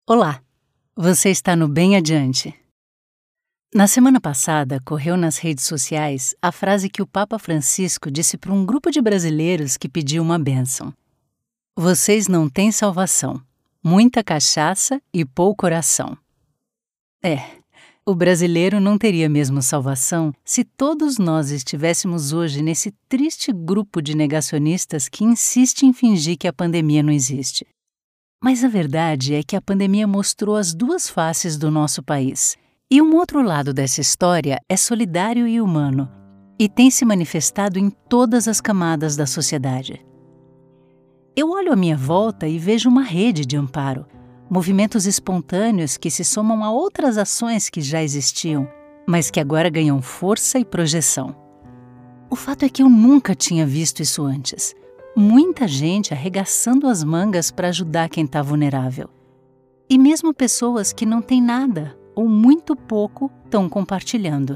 Olá, você está no Bem Adiante. Na semana passada, correu nas redes sociais a frase que o Papa Francisco disse para um grupo de brasileiros que pediu uma bênção. Vocês não têm salvação, muita cachaça e pouco oração. O brasileiro não teria mesmo salvação se todos nós estivéssemos hoje nesse triste grupo de negacionistas que insiste em fingir que a pandemia não existe. Mas a verdade é que a pandemia mostrou as duas faces do nosso país. E um outro lado dessa história é solidário e humano, e tem se manifestado em todas as camadas da sociedade. Eu olho à minha volta e vejo uma rede de amparo, movimentos espontâneos que se somam a outras ações que já existiam, mas que agora ganham força e projeção. O fato é que eu nunca tinha visto isso antes. Muita gente arregaçando as mangas para ajudar quem está vulnerável. E mesmo pessoas que não têm nada ou muito pouco estão compartilhando.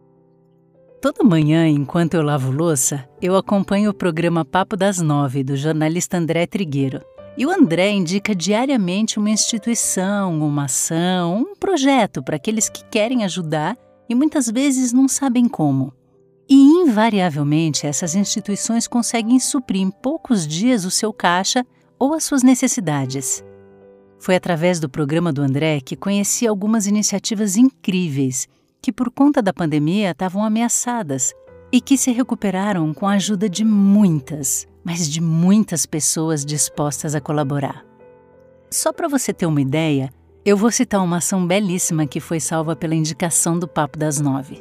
Toda manhã, enquanto eu lavo louça, eu acompanho o programa Papo das 9 do jornalista André Trigueiro. E o André indica diariamente uma instituição, uma ação, um projeto para aqueles que querem ajudar e muitas vezes não sabem como. E, invariavelmente, essas instituições conseguem suprir em poucos dias o seu caixa ou as suas necessidades. Foi através do programa do André que conheci algumas iniciativas incríveis que, por conta da pandemia, estavam ameaçadas e que se recuperaram com a ajuda de muitas, mas de muitas pessoas dispostas a colaborar. Só para você ter uma ideia, eu vou citar uma ação belíssima que foi salva pela indicação do Papo das 9.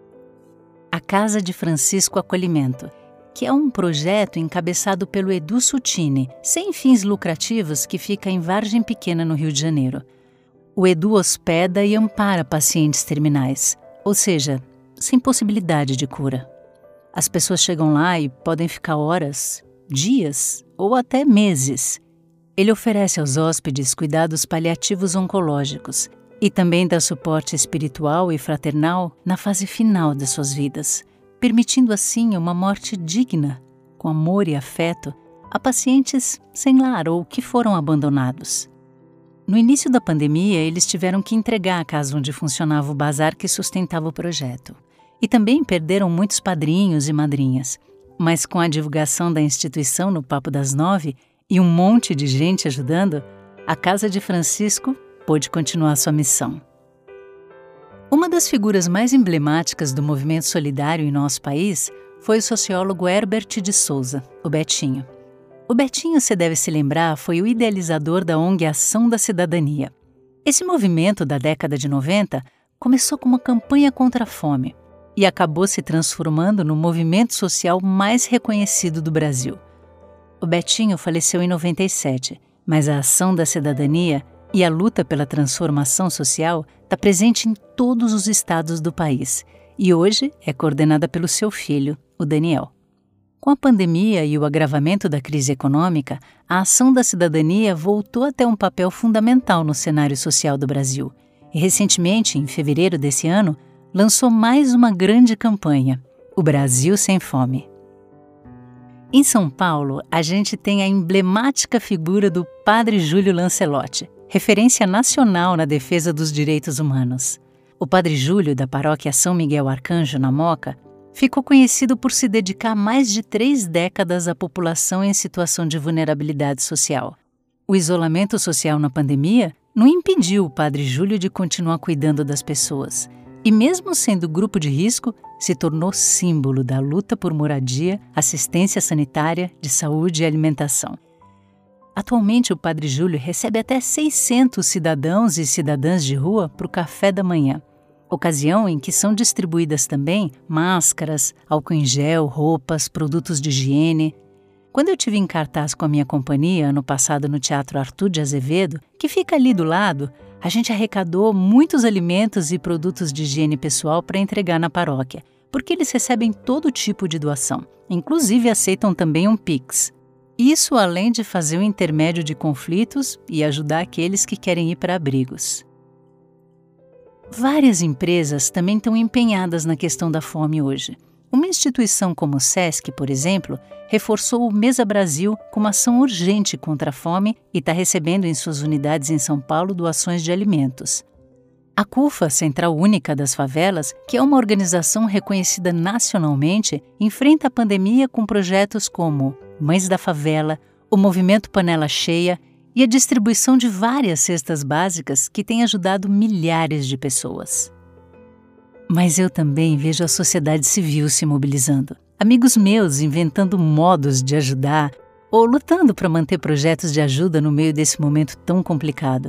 A Casa de Francisco Acolhimento, que é um projeto encabeçado pelo Edu Sutini, sem fins lucrativos, que fica em Vargem Pequena, no Rio de Janeiro. O Edu hospeda e ampara pacientes terminais, ou seja, sem possibilidade de cura. As pessoas chegam lá e podem ficar horas, dias ou até meses. Ele oferece aos hóspedes cuidados paliativos oncológicos, e também dá suporte espiritual e fraternal na fase final de suas vidas, permitindo assim uma morte digna, com amor e afeto, a pacientes sem lar ou que foram abandonados. No início da pandemia, eles tiveram que entregar a casa onde funcionava o bazar que sustentava o projeto. E também perderam muitos padrinhos e madrinhas. Mas com a divulgação da instituição no Papo das 9 e um monte de gente ajudando, a Casa de Francisco pôde continuar sua missão. Uma das figuras mais emblemáticas do movimento solidário em nosso país foi o sociólogo Herbert de Souza, o Betinho. O Betinho, você deve se lembrar, foi o idealizador da ONG Ação da Cidadania. Esse movimento da década de 90 começou com uma campanha contra a fome e acabou se transformando no movimento social mais reconhecido do Brasil. O Betinho faleceu em 97, mas a Ação da Cidadania e a luta pela transformação social está presente em todos os estados do país e hoje é coordenada pelo seu filho, o Daniel. Com a pandemia e o agravamento da crise econômica, a Ação da Cidadania voltou a ter um papel fundamental no cenário social do Brasil e recentemente, em fevereiro desse ano, lançou mais uma grande campanha, o Brasil Sem Fome. Em São Paulo, a gente tem a emblemática figura do Padre Júlio Lancelotti, referência nacional na defesa dos direitos humanos. O Padre Júlio, da paróquia São Miguel Arcanjo, na Moca, ficou conhecido por se dedicar mais de 3 décadas à população em situação de vulnerabilidade social. O isolamento social na pandemia não impediu o Padre Júlio de continuar cuidando das pessoas, e mesmo sendo grupo de risco, se tornou símbolo da luta por moradia, assistência sanitária, de saúde e alimentação. Atualmente, o Padre Júlio recebe até 600 cidadãos e cidadãs de rua para o café da manhã, ocasião em que são distribuídas também máscaras, álcool em gel, roupas, produtos de higiene. Quando eu tive em cartaz com a minha companhia, ano passado no Teatro Arthur de Azevedo, que fica ali do lado, a gente arrecadou muitos alimentos e produtos de higiene pessoal para entregar na paróquia, porque eles recebem todo tipo de doação, inclusive aceitam também um Pix. Isso além de fazer o intermédio de conflitos e ajudar aqueles que querem ir para abrigos. Várias empresas também estão empenhadas na questão da fome hoje. Uma instituição como o SESC, por exemplo, reforçou o Mesa Brasil com uma ação urgente contra a fome e está recebendo em suas unidades em São Paulo doações de alimentos. A CUFA, Central Única das Favelas, que é uma organização reconhecida nacionalmente, enfrenta a pandemia com projetos como Mães da Favela, o Movimento Panela Cheia e a distribuição de várias cestas básicas que têm ajudado milhares de pessoas. Mas eu também vejo a sociedade civil se mobilizando. Amigos meus inventando modos de ajudar ou lutando para manter projetos de ajuda no meio desse momento tão complicado.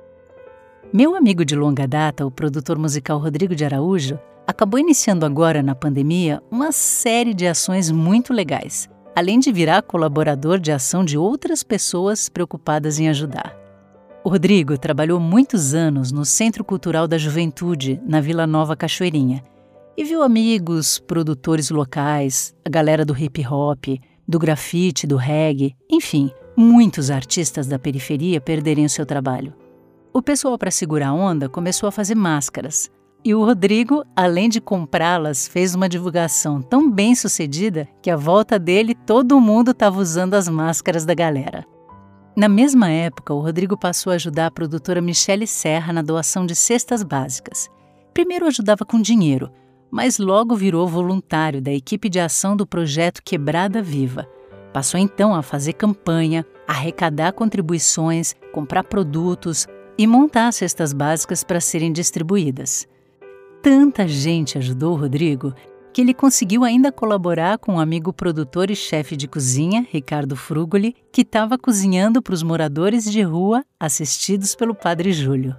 Meu amigo de longa data, o produtor musical Rodrigo de Araújo, acabou iniciando agora na pandemia uma série de ações muito legais, além de virar colaborador de ação de outras pessoas preocupadas em ajudar. O Rodrigo trabalhou muitos anos no Centro Cultural da Juventude, na Vila Nova Cachoeirinha, e viu amigos, produtores locais, a galera do hip-hop, do grafite, do reggae, enfim, muitos artistas da periferia perderem o seu trabalho. O pessoal, para segurar a onda, começou a fazer máscaras, e o Rodrigo, além de comprá-las, fez uma divulgação tão bem sucedida que à volta dele todo mundo estava usando as máscaras da galera. Na mesma época, o Rodrigo passou a ajudar a produtora Michele Serra na doação de cestas básicas. Primeiro ajudava com dinheiro, mas logo virou voluntário da equipe de ação do projeto Quebrada Viva. Passou então a fazer campanha, arrecadar contribuições, comprar produtos e montar cestas básicas para serem distribuídas. Tanta gente ajudou o Rodrigo que ele conseguiu ainda colaborar com um amigo produtor e chefe de cozinha, Ricardo Frugoli, que estava cozinhando para os moradores de rua assistidos pelo Padre Júlio.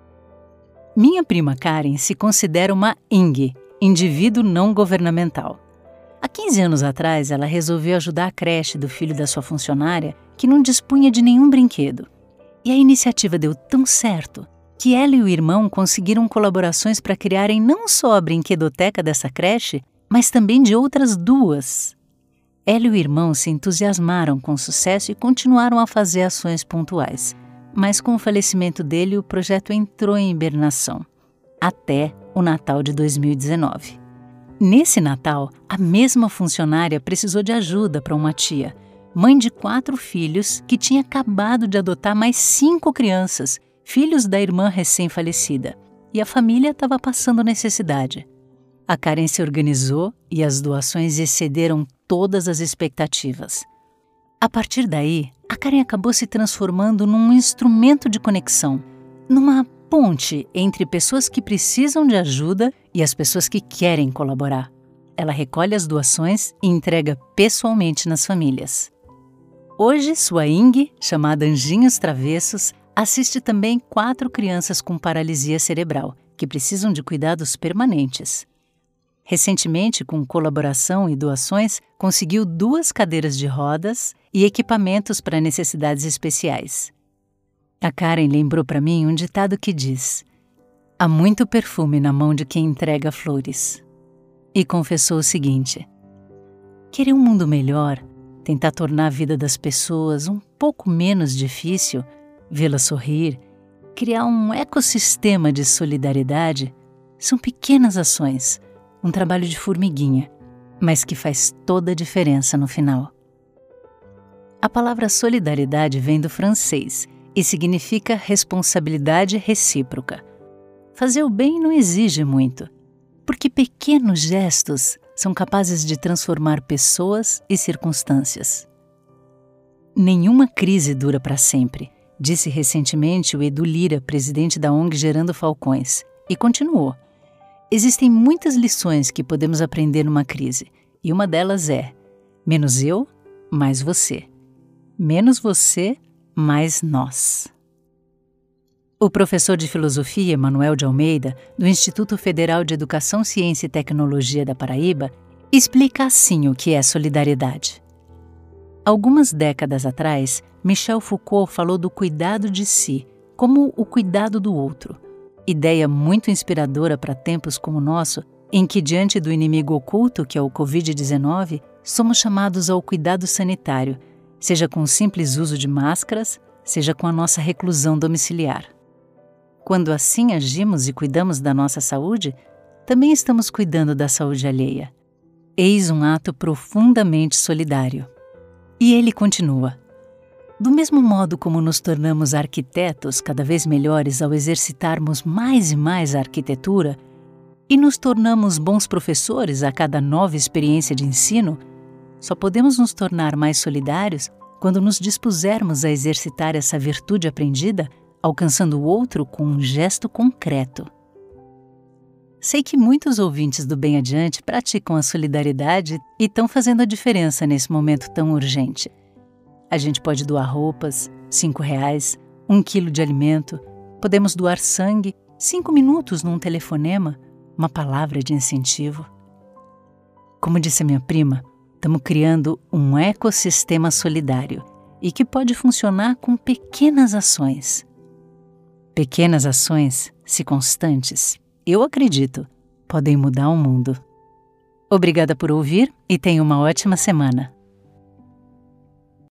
Minha prima Karen se considera uma ING, indivíduo não governamental. Há 15 anos atrás, ela resolveu ajudar a creche do filho da sua funcionária, que não dispunha de nenhum brinquedo. E a iniciativa deu tão certo que ela e o irmão conseguiram colaborações para criarem não só a brinquedoteca dessa creche, mas também de outras duas. Ela e o irmão se entusiasmaram com o sucesso e continuaram a fazer ações pontuais. Mas com o falecimento dele, o projeto entrou em hibernação, até o Natal de 2019. Nesse Natal, a mesma funcionária precisou de ajuda para uma tia, mãe de 4 filhos, que tinha acabado de adotar mais 5 crianças, filhos da irmã recém-falecida, e a família estava passando necessidade. A Karen se organizou e as doações excederam todas as expectativas. A partir daí, a Karen acabou se transformando num instrumento de conexão, numa ponte entre pessoas que precisam de ajuda e as pessoas que querem colaborar. Ela recolhe as doações e entrega pessoalmente nas famílias. Hoje, sua ING, chamada Anjinhos Travessos, assiste também 4 crianças com paralisia cerebral, que precisam de cuidados permanentes. Recentemente, com colaboração e doações, conseguiu 2 cadeiras de rodas e equipamentos para necessidades especiais. A Karen lembrou para mim um ditado que diz: "Há muito perfume na mão de quem entrega flores." E confessou o seguinte: querer um mundo melhor, tentar tornar a vida das pessoas um pouco menos difícil, vê-las sorrir, criar um ecossistema de solidariedade, são pequenas ações, um trabalho de formiguinha, mas que faz toda a diferença no final. A palavra solidariedade vem do francês e significa responsabilidade recíproca. Fazer o bem não exige muito, porque pequenos gestos são capazes de transformar pessoas e circunstâncias. Nenhuma crise dura para sempre, disse recentemente o Edu Lira, presidente da ONG Gerando Falcões, e continuou: existem muitas lições que podemos aprender numa crise, e uma delas é: menos eu, mais você. Menos você, mais nós. O professor de filosofia Manuel de Almeida, do Instituto Federal de Educação, Ciência e Tecnologia da Paraíba, explica assim o que é solidariedade. Algumas décadas atrás, Michel Foucault falou do cuidado de si como o cuidado do outro, ideia muito inspiradora para tempos como o nosso, em que, diante do inimigo oculto, que é o Covid-19, somos chamados ao cuidado sanitário, seja com o simples uso de máscaras, seja com a nossa reclusão domiciliar. Quando assim agimos e cuidamos da nossa saúde, também estamos cuidando da saúde alheia. Eis um ato profundamente solidário. E ele continua: do mesmo modo como nos tornamos arquitetos cada vez melhores ao exercitarmos mais e mais a arquitetura, e nos tornamos bons professores a cada nova experiência de ensino, só podemos nos tornar mais solidários quando nos dispusermos a exercitar essa virtude aprendida, alcançando o outro com um gesto concreto. Sei que muitos ouvintes do Bem Adiante praticam a solidariedade e estão fazendo a diferença nesse momento tão urgente. A gente pode doar roupas, R$5, 1 quilo de alimento, podemos doar sangue, 5 minutos num telefonema, uma palavra de incentivo. Como disse a minha prima, estamos criando um ecossistema solidário e que pode funcionar com pequenas ações. Pequenas ações, se constantes, eu acredito, podem mudar o mundo. Obrigada por ouvir e tenha uma ótima semana.